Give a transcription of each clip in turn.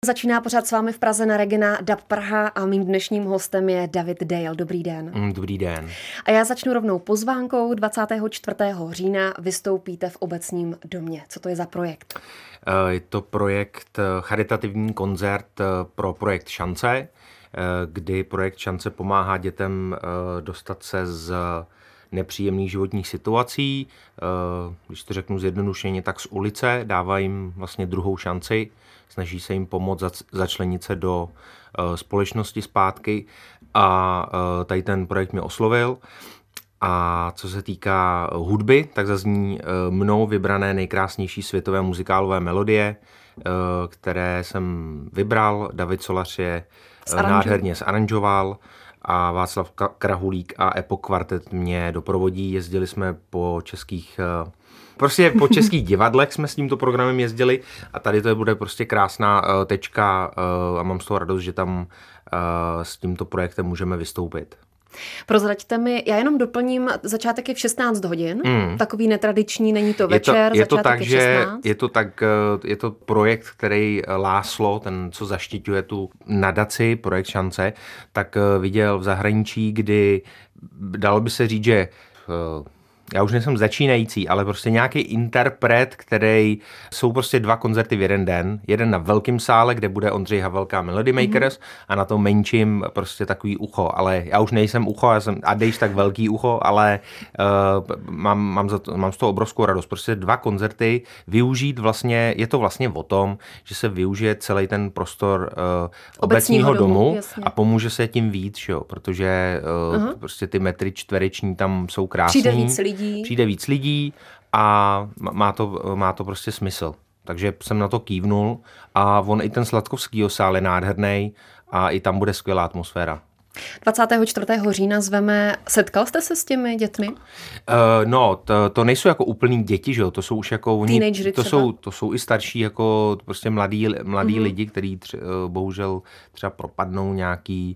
Začíná pořád s vámi v Praze na Regina DAB Praha a mým dnešním hostem je David Dale. Dobrý den. Dobrý den. A já začnu rovnou pozvánkou. 24. října vystoupíte v Obecním domě. Co to je za projekt? Je to projekt, charitativní koncert pro projekt Šance, kdy projekt Šance pomáhá dětem dostat se z nepříjemných životních situací. Když to řeknu zjednodušeně, tak z ulice, dává jim vlastně druhou šanci, snaží se jim pomoct začlenit se do společnosti zpátky a tady ten projekt mě oslovil. A co se týká hudby, tak zazní mnou vybrané nejkrásnější světové muzikálové melodie, které jsem vybral. David Solař je nádherně zaranžoval a Václav Krahulík a Epo Kvartet mě doprovodí. Jezdili jsme po českých divadlech jsme s tímto programem jezdili a tady to bude prostě krásná tečka a mám z toho radost, že tam s tímto projektem můžeme vystoupit. Prozraďte mi, já jenom doplním, začátek je v 16 hodin, takový netradiční, není to večer, je to začátek tak, je v 16. Je to projekt, který Láslo, ten, co zaštiťuje tu nadaci, projekt Šance, tak viděl v zahraničí, kdy dalo by se říct, že já už nejsem začínající, ale prostě nějaký interpret, který jsou prostě dva koncerty v jeden den. Jeden na velkém sále, kde bude Ondřej Havelka a Melody Makers a na tom menším prostě takový ucho. Ale já už nejsem ucho, já jsem Adejš tak velký ucho, ale mám z toho obrovskou radost. Prostě dva koncerty využít vlastně, je to vlastně o tom, že se využije celý ten prostor obecního domu a pomůže se tím víc, jo, protože prostě ty metry čtvereční tam jsou krásný. Přijde víc lidí a má to prostě smysl. Takže jsem na to kývnul a on i ten Sladkovskýho sál je nádherný a i tam bude skvělá atmosféra. 24. října zveme. Setkal jste se s těmi dětmi? To nejsou jako úplný děti, že jo? To jsou už jako oni, to jsou i starší jako prostě mladí lidi, kteří bohužel třeba propadnou nějaký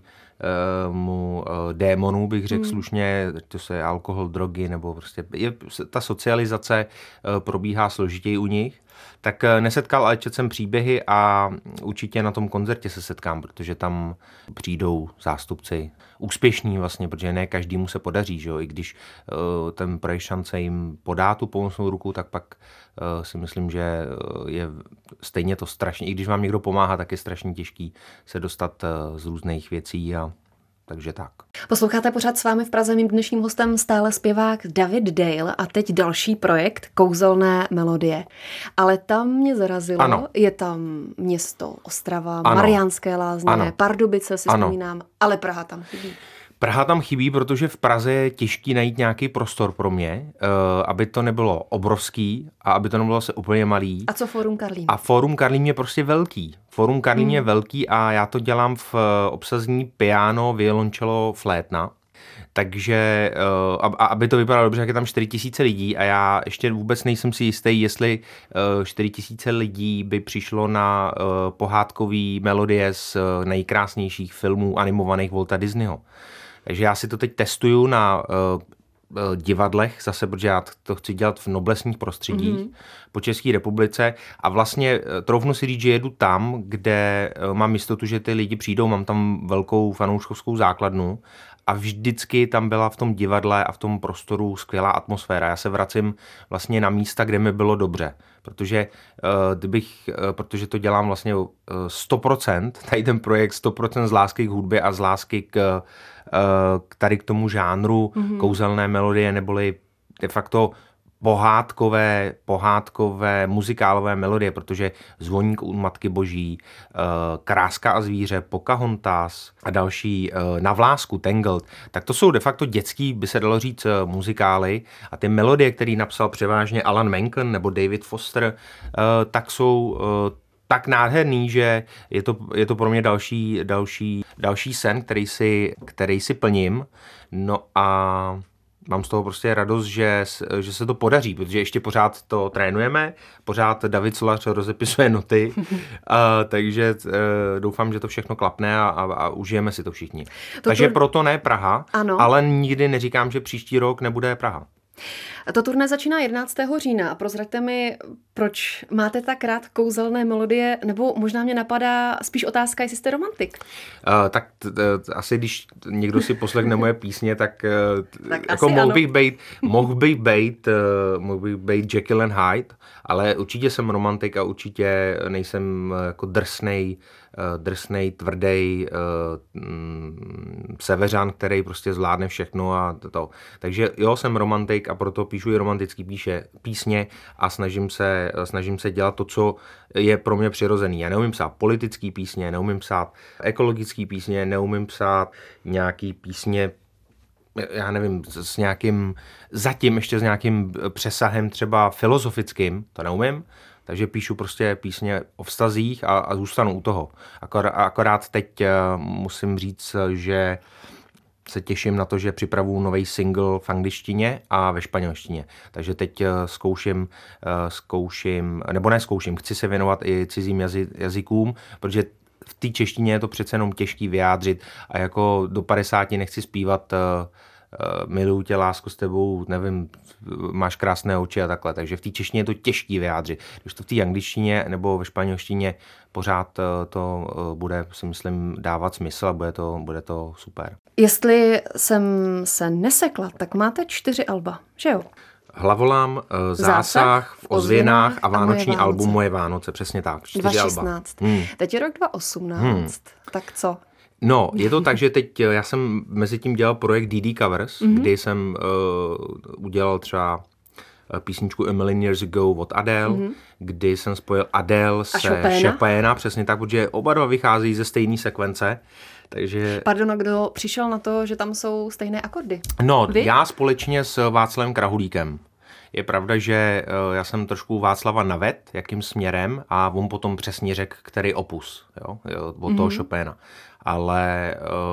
démonů, bych řekl slušně, to je alkohol, drogy, nebo prostě ta socializace probíhá složitěji u nich. Tak nesetkal, ale četl jsem příběhy a určitě na tom koncertě se setkám, protože tam přijdou zástupci úspěšní vlastně, protože ne každému se podaří, že jo? I když ten projekt Šance jim podá tu pomocnou ruku, tak pak si myslím, že je stejně to strašně, i když vám někdo pomáhá, tak je strašně těžký se dostat z různých věcí a takže tak. Posloucháte pořád s vámi v Praze, mým dnešním hostem stále zpěvák David Dale a teď další projekt Kouzelné melodie. Ale tam mě zarazilo, ano. Je tam město Ostrava, ano. Mariánské Lázně, ano. Pardubice si vzpomínám, ale Praha tam chybí. Praha tam chybí, protože v Praze je těžký najít nějaký prostor pro mě, aby to nebylo obrovský a aby to nebylo se úplně malý. A co Fórum Karlín? A Fórum Karlín je prostě velký. Fórum Karlín je velký a já to dělám v obsazení piano, violoncello, flétna. Takže, aby to vypadalo dobře, jak je tam 4000 lidí a já ještě vůbec nejsem si jistý, jestli 4000 lidí by přišlo na pohádkový melodie z nejkrásnějších filmů animovaných Walta Disneyho. Takže já si to teď testuju na divadlech zase, protože já to chci dělat v noblesních prostředích po České republice a vlastně troufnu si říct, že jedu tam, kde mám jistotu, že ty lidi přijdou, mám tam velkou fanouškovskou základnu a vždycky tam byla v tom divadle a v tom prostoru skvělá atmosféra. Já se vracím vlastně na místa, kde mi bylo dobře, protože to dělám vlastně 100%, tady ten projekt 100% z lásky k hudbě a z lásky k tady k tomu žánru kouzelné melodie, neboli de facto pohádkové muzikálové melodie, protože Zvoník u Matky Boží, Kráska a zvíře, Pocahontas a další, Na vlásku, Tangled, tak to jsou de facto dětský, by se dalo říct, muzikály a ty melodie, které napsal převážně Alan Menken nebo David Foster, tak jsou tak nádherný, že je to pro mě další sen, který si plním. No a mám z toho prostě radost, že se to podaří, protože ještě pořád to trénujeme, pořád David Solař rozepisuje noty, takže doufám, že to všechno klapne a užijeme si to všichni. Takže proto ne Praha, ano. Ale nikdy neříkám, že příští rok nebude Praha. To turné začíná 11. října a prozraďte mi, proč máte tak rád kouzelné melodie, nebo možná mě napadá spíš otázka, jestli jste romantik. Tak asi když někdo si poslechne moje písně, tak jako mohl bych být Jekyll and Hyde, ale určitě jsem romantik a určitě nejsem jako drsnej, tvrdý seveřan, který prostě zvládne všechno a to. Takže jo, jsem romantik a proto píšu i romantický písně a snažím se dělat to, co je pro mě přirozený. Já neumím psát politický písně, neumím psát ekologický písně, neumím psát nějaký písně, já nevím, zatím ještě s nějakým přesahem třeba filozofickým, to neumím. Takže píšu prostě písně o vztazích a zůstanu u toho. Akorát teď musím říct, že se těším na to, že připravuju nový single v angličtině a ve španělštině. Takže teď chci se věnovat i cizím jazykům, protože v té češtině je to přece jenom těžký vyjádřit a jako do 50 nechci zpívat miluju tě, lásko s tebou, nevím, máš krásné oči a takhle. Takže v té češtině je to těžký vyjádřit. Když to v té angličtině nebo ve španělštině pořád to bude, si myslím, dávat smysl a bude to super. Jestli jsem se nesekla, tak máte 4 alba, že jo? Hlavolám, Zásah, v ozvěnách a vánoční album Moje Vánoce, přesně tak. 4 2016. alba. Teď je rok 2018, tak co? No, je to tak, že teď já jsem mezi tím dělal projekt DD Covers, kdy jsem udělal třeba písničku A Million Years Ago od Adele, kdy jsem spojil Adele se Chopina, přesně tak, protože oba dva vychází ze stejné sekvence. Takže... Pardon, kdo přišel na to, že tam jsou stejné akordy? No, já společně s Václavem Krahulíkem. Je pravda, že já jsem trošku Václava navedl, jakým směrem, a on potom přesně řekl, který opus, jo, od toho Chopina. Ale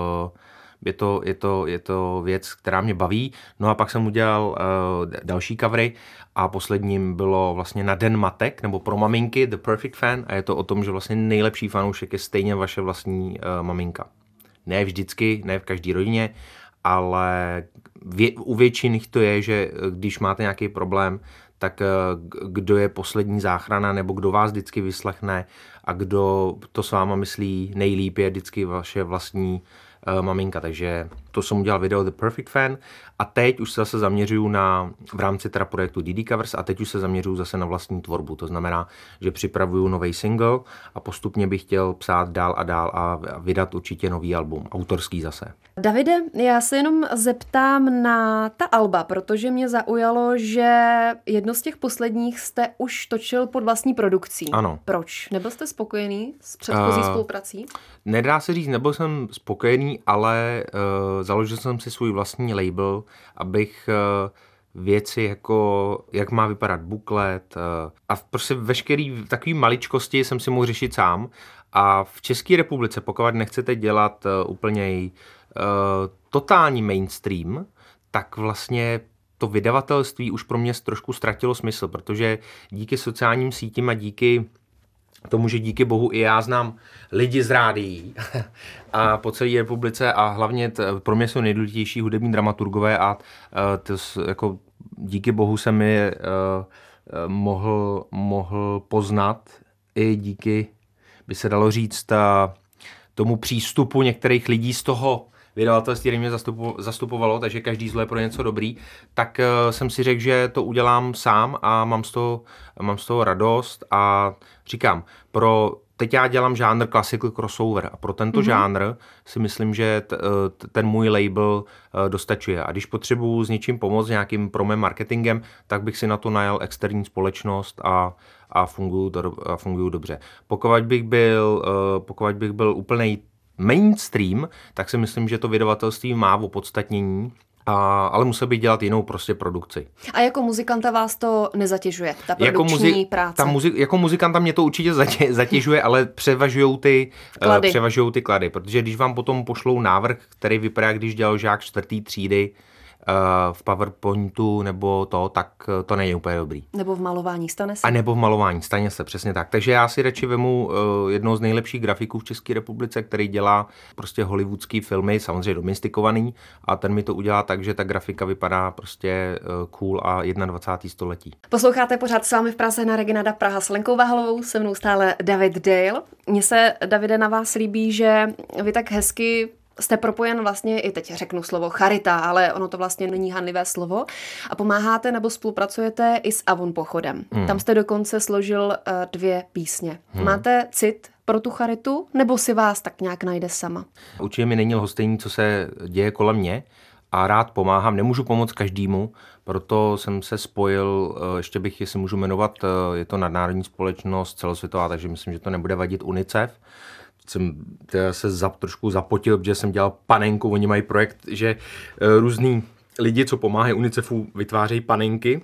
je to věc, která mě baví. No a pak jsem udělal další covery a posledním bylo vlastně Na den matek, nebo pro maminky, The Perfect Fan, a je to o tom, že vlastně nejlepší fanoušek je stejně vaše vlastní maminka. Ne vždycky, ne v každé rodině, ale u většiny to je, že když máte nějaký problém, tak kdo je poslední záchrana, nebo kdo vás vždycky vyslechne a kdo to s váma myslí nejlíp, je vždycky vaše vlastní maminka. Takže to jsem udělal video The Perfect Fan a teď už se zase zaměřuju v rámci teda projektu DD Covers a teď už se zaměřuju zase na vlastní tvorbu. To znamená, že připravuju nový single a postupně bych chtěl psát dál a dál a vydat určitě nový album, autorský zase. Davide, já se jenom zeptám na ta alba, protože mě zaujalo, že jedno z těch posledních jste už točil pod vlastní produkcí. Ano. Proč? Nebyl jste spokojený s předchozí spoluprací? Nedá se říct, nebyl jsem spokojený, ale založil jsem si svůj vlastní label, abych věci jako, jak má vypadat buklet a prostě veškerý takový maličkosti jsem si mohl řešit sám. A v České republice, pokud nechcete dělat úplně totální mainstream, tak vlastně to vydavatelství už pro mě trošku ztratilo smysl, protože díky sociálním sítím a díky tomu, že díky bohu i já znám lidi z rádií a po celé republice a hlavně pro mě jsou nejdůležitější hudební dramaturgové a jako díky bohu jsem je mohl poznat i díky, by se dalo říct, tomu přístupu některých lidí z toho vydavatelství, které mě zastupovalo, takže každý zlo je pro něco dobrý, tak jsem si řekl, že to udělám sám a mám z toho radost a říkám, teď já dělám žánr classical crossover a pro tento žánr si myslím, že ten můj label dostačuje. A když potřebuju s něčím pomoct, nějakým promem marketingem, tak bych si na to najal externí společnost a funguju dobře. Pokud bych byl úplnej mainstream, tak si myslím, že to vydavatelství má opodstatnění, ale musel bych dělat jinou prostě produkci. A jako muzikanta vás to nezatěžuje, ta produkční práce? Jako muzikanta mě to určitě zatěžuje, ale převažují ty klady, protože když vám potom pošlou návrh, který vypadá, když dělal žák 4. třídy, v PowerPointu nebo to, tak to není úplně dobrý. Nebo v malování, stane se? A nebo v malování, stane se, přesně tak. Takže já si radši vemu jednoho z nejlepších grafiků v České republice, který dělá prostě hollywoodský filmy, samozřejmě domestikovaný, a ten mi to udělá tak, že ta grafika vypadá prostě cool a 21. století. Posloucháte pořád s vámi v Praze na Reginada Praha s Lenkou Vahlovou, se mnou stále David Dale. Mně se, Davide, na vás líbí, že vy tak hezky jste propojen vlastně, i teď řeknu slovo charita, ale ono to vlastně není hanlivé slovo, a pomáháte nebo spolupracujete i s Avon Pochodem. Tam jste dokonce složil 2 písně. Máte cit pro tu charitu, nebo si vás tak nějak najde sama? Určitě mi není lhostejný, co se děje kolem mě, a rád pomáhám. Nemůžu pomoct každému, proto jsem se spojil, ještě bych, jestli můžu jmenovat, je to nadnárodní společnost celosvětová, takže myslím, že to nebude vadit, UNICEF. Jsem se trošku zapotil, protože jsem dělal panenku, oni mají projekt, že různý lidi, co pomáhají UNICEFu, vytvářejí panenky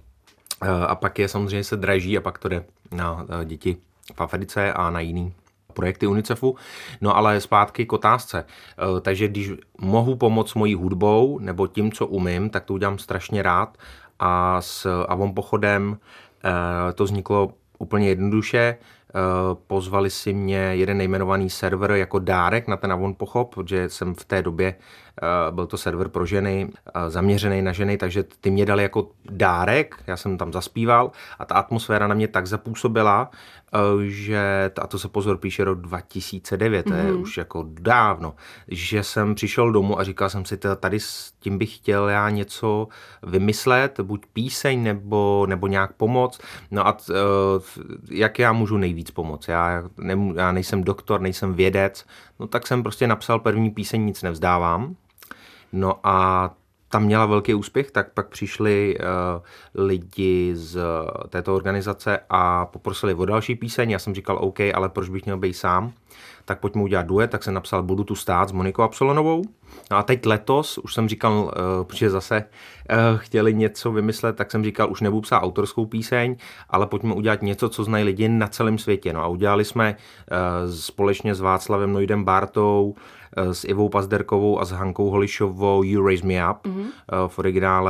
a pak je samozřejmě se draží a pak to jde na děti v Africe a na jiný projekty UNICEFu. No ale zpátky k otázce. Takže když mohu pomoct mojí hudbou nebo tím, co umím, tak to udělám strašně rád, a s Avon Pochodem to vzniklo úplně jednoduše. Pozvali si mě jeden nejmenovaný server jako dárek na ten Avon Pochod, protože jsem v té době, byl to server pro ženy, zaměřený na ženy, takže ty mě dali jako dárek, já jsem tam zaspíval a ta atmosféra na mě tak zapůsobila, že, a to se pozor píše rok 2009, to je už jako dávno, že jsem přišel domů a říkal jsem si, tady s tím bych chtěl já něco vymyslet, buď píseň nebo nějak pomoct, no a jak já můžu nejvíc pomoct, já nejsem doktor, nejsem vědec, no tak jsem prostě napsal první píseň Nic nevzdávám, no a tam měla velký úspěch, tak pak přišli lidi z této organizace a poprosili o další píseň. Já jsem říkal OK, ale proč bych měl být sám? Tak pojďme udělat duet, tak jsem napsal Budu tu stát s Monikou Absolonovou. No a teď letos, už jsem říkal, protože zase chtěli něco vymyslet, tak jsem říkal, už nebudu psát autorskou píseň, ale pojďme udělat něco, co znají lidi na celém světě. No a udělali jsme společně s Václavem Nojdem Bártou, s Ivou Pazderkovou a s Hankou Holišovou You Raise Me Up. V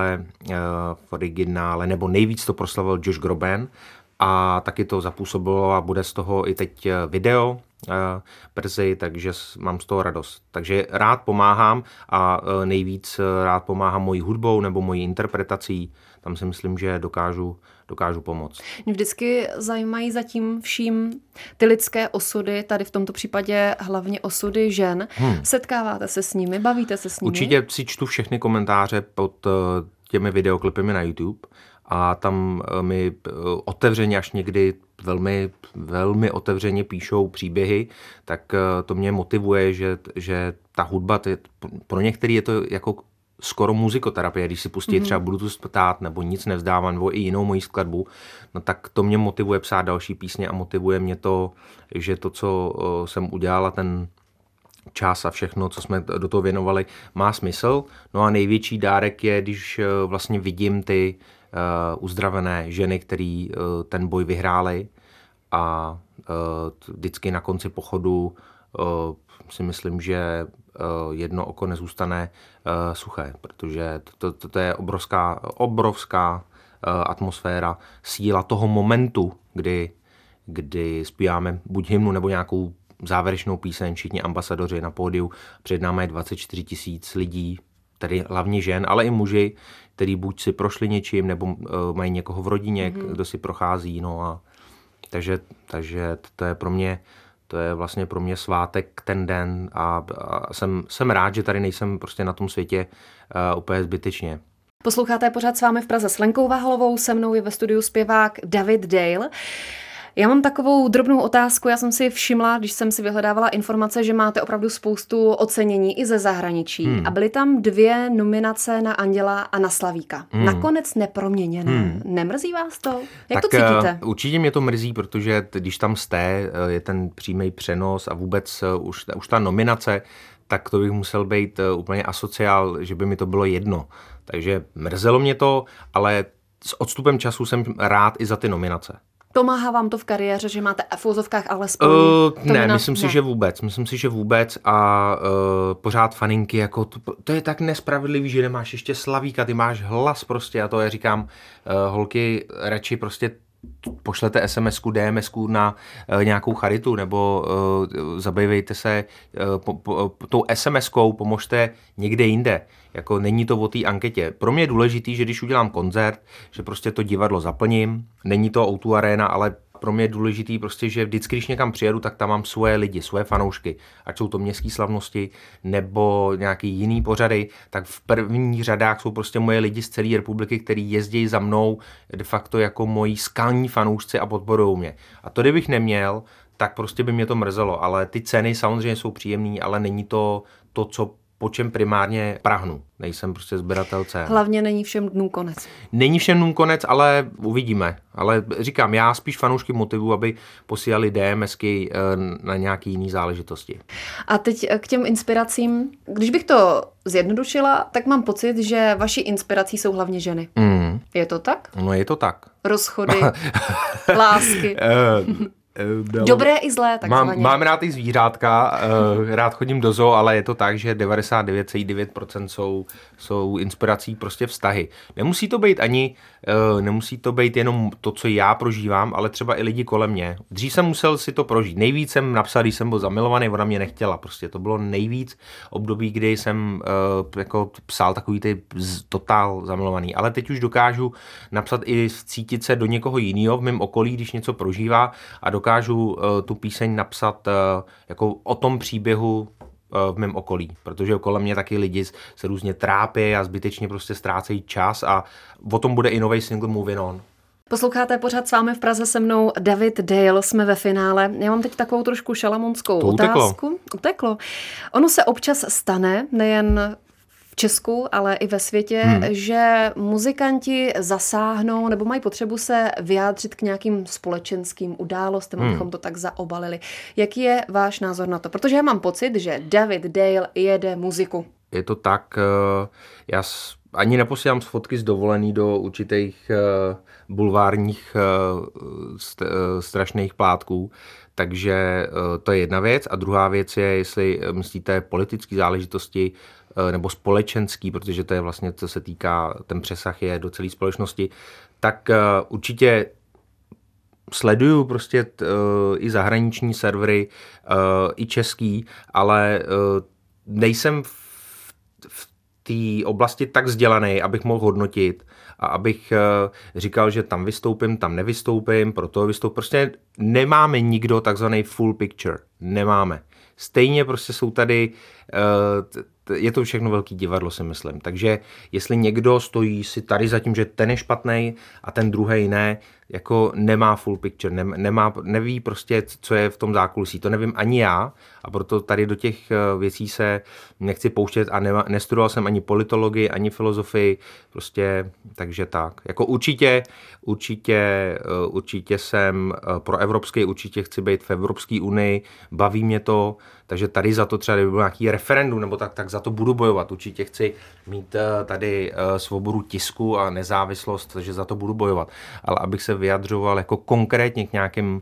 originále, nebo nejvíc to proslavil Josh Groban, a taky to zapůsobilo a bude z toho i teď video brzy, takže mám z toho radost. Takže rád pomáhám a nejvíc rád pomáhám mojí hudbou nebo mojí interpretací. Tam si myslím, že dokážu pomoct. Mě vždycky zajímají za tím vším ty lidské osudy, tady v tomto případě hlavně osudy žen. Setkáváte se s nimi, bavíte se s nimi? Určitě si čtu všechny komentáře pod těmi videoklipy na YouTube a tam mi otevřeně, až někdy velmi, velmi otevřeně píšou příběhy, tak to mě motivuje, že ta hudba, pro některý je to jako skoro muzikoterapie, když si pustí třeba Budu tu stát nebo Nic nevzdávám, nebo i jinou moji skladbu, no tak to mě motivuje psát další písně a motivuje mě to, že to, co jsem udělal, ten čas a všechno, co jsme do toho věnovali, má smysl. No a největší dárek je, když vlastně vidím ty uzdravené ženy, který ten boj vyhrály, a vždycky na konci pochodu si myslím, že jedno oko nezůstane suché, protože to je obrovská atmosféra, síla toho momentu, kdy zpíváme buď hymnu nebo nějakou závěrečnou píseň, všichni ambasadoři na pódiu, před námi je 24 000 lidí, tedy hlavně žen, ale i muži, který buď si prošli něčím, nebo mají někoho v rodině, kdo si prochází, no a takže to je pro mě, to je vlastně pro mě svátek ten den a jsem rád, že tady nejsem prostě na tom světě úplně zbytečně. Posloucháte pořád s vámi v Praze s Lenkou Vahlovou, se mnou je ve studiu zpěvák David Dale. Já mám takovou drobnou otázku, já jsem si všimla, když jsem si vyhledávala informace, že máte opravdu spoustu ocenění i ze zahraničí a byly tam 2 nominace na Anděla a na Slavíka. Nakonec neproměněné. Nemrzí vás to? Jak to cítíte? Určitě mě to mrzí, protože když tam jste, je ten přímý přenos a vůbec už ta nominace, tak to bych musel být úplně asociál, že by mi to bylo jedno. Takže mrzelo mě to, ale s odstupem času jsem rád i za ty nominace. Pomáhá vám to v kariéře, že máte v úzovkách alespoň? Myslím si, že vůbec a pořád faninky, jako to je tak nespravedlivý, že nemáš ještě Slavíka, ty máš hlas prostě a to já říkám, holky, radši prostě pošlete SMS-ku, DMS-ku na nějakou charitu nebo zabývejte se tou SMS-kou, pomožte někde jinde. Jako není to o té anketě. Pro mě je důležitý, že když udělám koncert, že prostě to divadlo zaplním. Není to O2 Arena, ale pro mě je důležitý prostě, že vždycky, když někam přijedu, tak tam mám svoje lidi, svoje fanoušky. Ať jsou to městské slavnosti nebo nějaký jiný pořady, tak v prvních řadách jsou prostě moje lidi z celé republiky, kteří jezdí za mnou de facto jako moji skalní fanoušci a podporují mě. A to, kdybych neměl, tak prostě by mě to mrzelo. Ale ty ceny samozřejmě jsou příjemný, ale není to, po čem primárně prahnu. Nejsem prostě sběratel cen. Hlavně není všem dnů konec. Není všem dnů konec, ale uvidíme. Ale říkám, já spíš fanoušky motivu, aby posílali DMSky na nějaké jiné záležitosti. A teď k těm inspiracím. Když bych to zjednodušila, tak mám pocit, že vaší inspirací jsou hlavně ženy. Je to tak? No je to tak. Rozchody, lásky. Dobré i zlé, takzvaně. Mám rád i zvířátka, rád chodím do zoo, ale je to tak, že 99,9% jsou inspirací prostě vztahy. Nemusí to být jenom to, co já prožívám, ale třeba i lidi kolem mě. Dřív jsem musel si to prožít. Nejvíc jsem napsal, když jsem byl zamilovaný, ona mě nechtěla. Prostě to bylo nejvíc období, kdy jsem jako psal takový ty totál zamilovaný. Ale teď už dokážu napsat i cítit se do někoho jiného v mém okolí, když něco prožívá a dokážu tu píseň napsat jako o tom příběhu v mém okolí, protože kolem mě taky lidi se různě trápí a zbytečně prostě ztrácejí čas a o tom bude i nový single Moving On. Posloucháte pořád s vámi v Praze se mnou David Dale, jsme ve finále. Já mám teď takovou trošku šalamonskou otázku. Uteklo. Ono se občas stane, nejen v Česku, ale i ve světě, že muzikanti zasáhnou nebo mají potřebu se vyjádřit k nějakým společenským událostem, abychom to tak zaobalili. Jaký je váš názor na to? Protože já mám pocit, že David Dale jede muziku. Je to tak, já ani neposílám fotky z dovolený do určitých bulvárních strašných plátků, takže to je jedna věc. A druhá věc je, jestli myslíte politické záležitosti nebo společenský, protože to je vlastně, co se týká, ten přesah je do celé společnosti, tak určitě sleduju prostě i zahraniční servery, i český, ale nejsem v té oblasti tak vzdělaný, abych mohl hodnotit a abych říkal, že tam vystoupím, tam nevystoupím, proto vystoupím. Prostě nemáme nikdo takzvaný full picture. Nemáme. Stejně prostě jsou tady, je to všechno velký divadlo, si myslím. Takže jestli někdo stojí si tady za tím, že ten je špatnej a ten druhej ne, jako nemá full picture, neví prostě, co je v tom zákulisí. To nevím ani já a proto tady do těch věcí se nechci pouštět a nestudoval jsem ani politologii, ani filozofii, prostě takže tak. Jako určitě jsem proevropský, určitě chci být v Evropské unii, baví mě to, takže tady za to třeba, kdyby byl nějaký referendum nebo tak za to budu bojovat. Určitě chci mít tady svobodu tisku a nezávislost, takže za to budu bojovat. Ale abych se vyjadřoval jako konkrétně k nějakým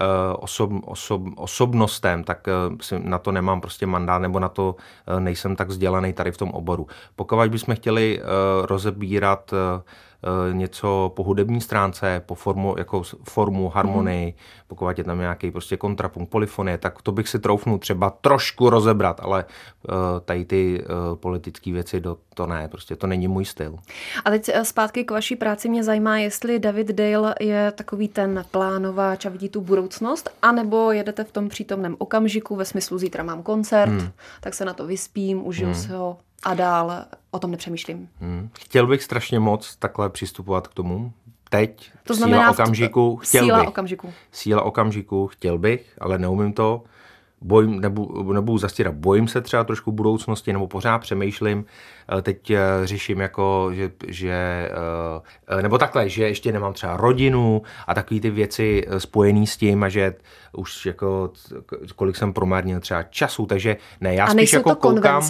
osobnostem, tak na to nemám prostě mandát, nebo na to nejsem tak vzdělaný tady v tom oboru. Pokud bychom chtěli rozebírat něco po hudební stránce, po formu, harmonii, pokud je tam nějaký prostě kontrapunkt, polyfonie, tak to bych si troufnul třeba trošku rozebrat, ale tady ty politické věci to ne, prostě to není můj styl. A teď zpátky k vaší práci mě zajímá, jestli David Dale je takový ten plánováč a vidí tu budoucnost, anebo jedete v tom přítomném okamžiku, ve smyslu zítra mám koncert, tak se na to vyspím, užiju si ho a dál o tom nepřemýšlím. Chtěl bych strašně moc takhle přistupovat k tomu. Teď, to znamená síla okamžiku, síla okamžiku, chtěl bych, ale neumím to. Nebudu zastírat, bojím se třeba trošku budoucnosti, nebo pořád přemýšlím. Teď řeším jako, nebo takhle, že ještě nemám třeba rodinu a takové ty věci spojené s tím a že už jako kolik jsem promarnil třeba času, takže ne, já a spíš jako koukám. A nejsou to konvence?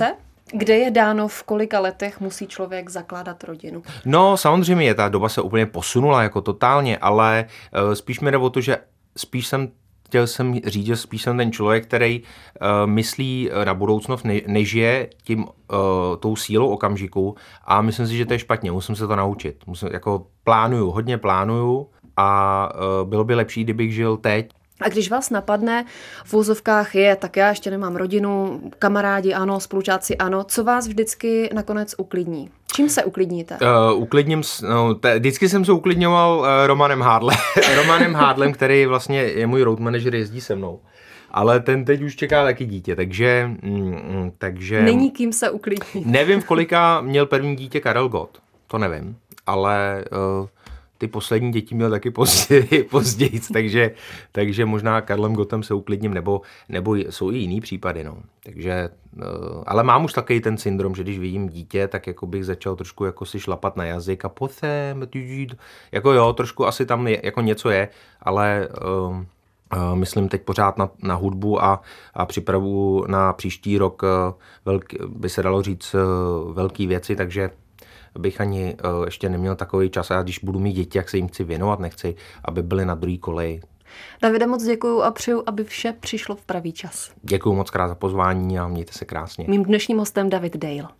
Kde je dáno, v kolika letech musí člověk zakládat rodinu? No, samozřejmě, ta doba se úplně posunula jako totálně, ale spíš mi jde o to, že chtěl jsem říct, že spíš jsem ten člověk, který myslí na budoucnost, nežije tou sílou okamžiku a myslím si, že to je špatně, musím se to naučit. Hodně plánuju a bylo by lepší, kdybych žil teď. A když vás napadne, v úzovkách tak já ještě nemám rodinu, kamarádi ano, spolužáci ano, co vás vždycky nakonec uklidní? Čím se uklidníte? Vždycky jsem se uklidňoval Romanem Hádlem, který vlastně je můj road manager, jezdí se mnou. Ale ten teď už čeká taky dítě, takže... Není kým se uklidnit. Nevím, v kolika měl první dítě Karel Gott, to nevím, ale... Ty poslední děti měl taky později, takže možná Karlem Gottem se uklidním, nebo jsou i jiný případy. No. Takže, ale mám už takový ten syndrom, že když vidím dítě, tak jako bych začal trošku jako si šlapat na jazyk a trošku asi tam jako něco je, ale myslím teď pořád na hudbu a připravu na příští rok by se dalo říct velký věci, takže bych ani ještě neměl takový čas a když budu mít děti, jak se jim chci věnovat, nechci, aby byly na druhý koleji. Davide, moc děkuju a přeju, aby vše přišlo v pravý čas. Děkuju moc krát za pozvání a mějte se krásně. Mým dnešním hostem David Dale.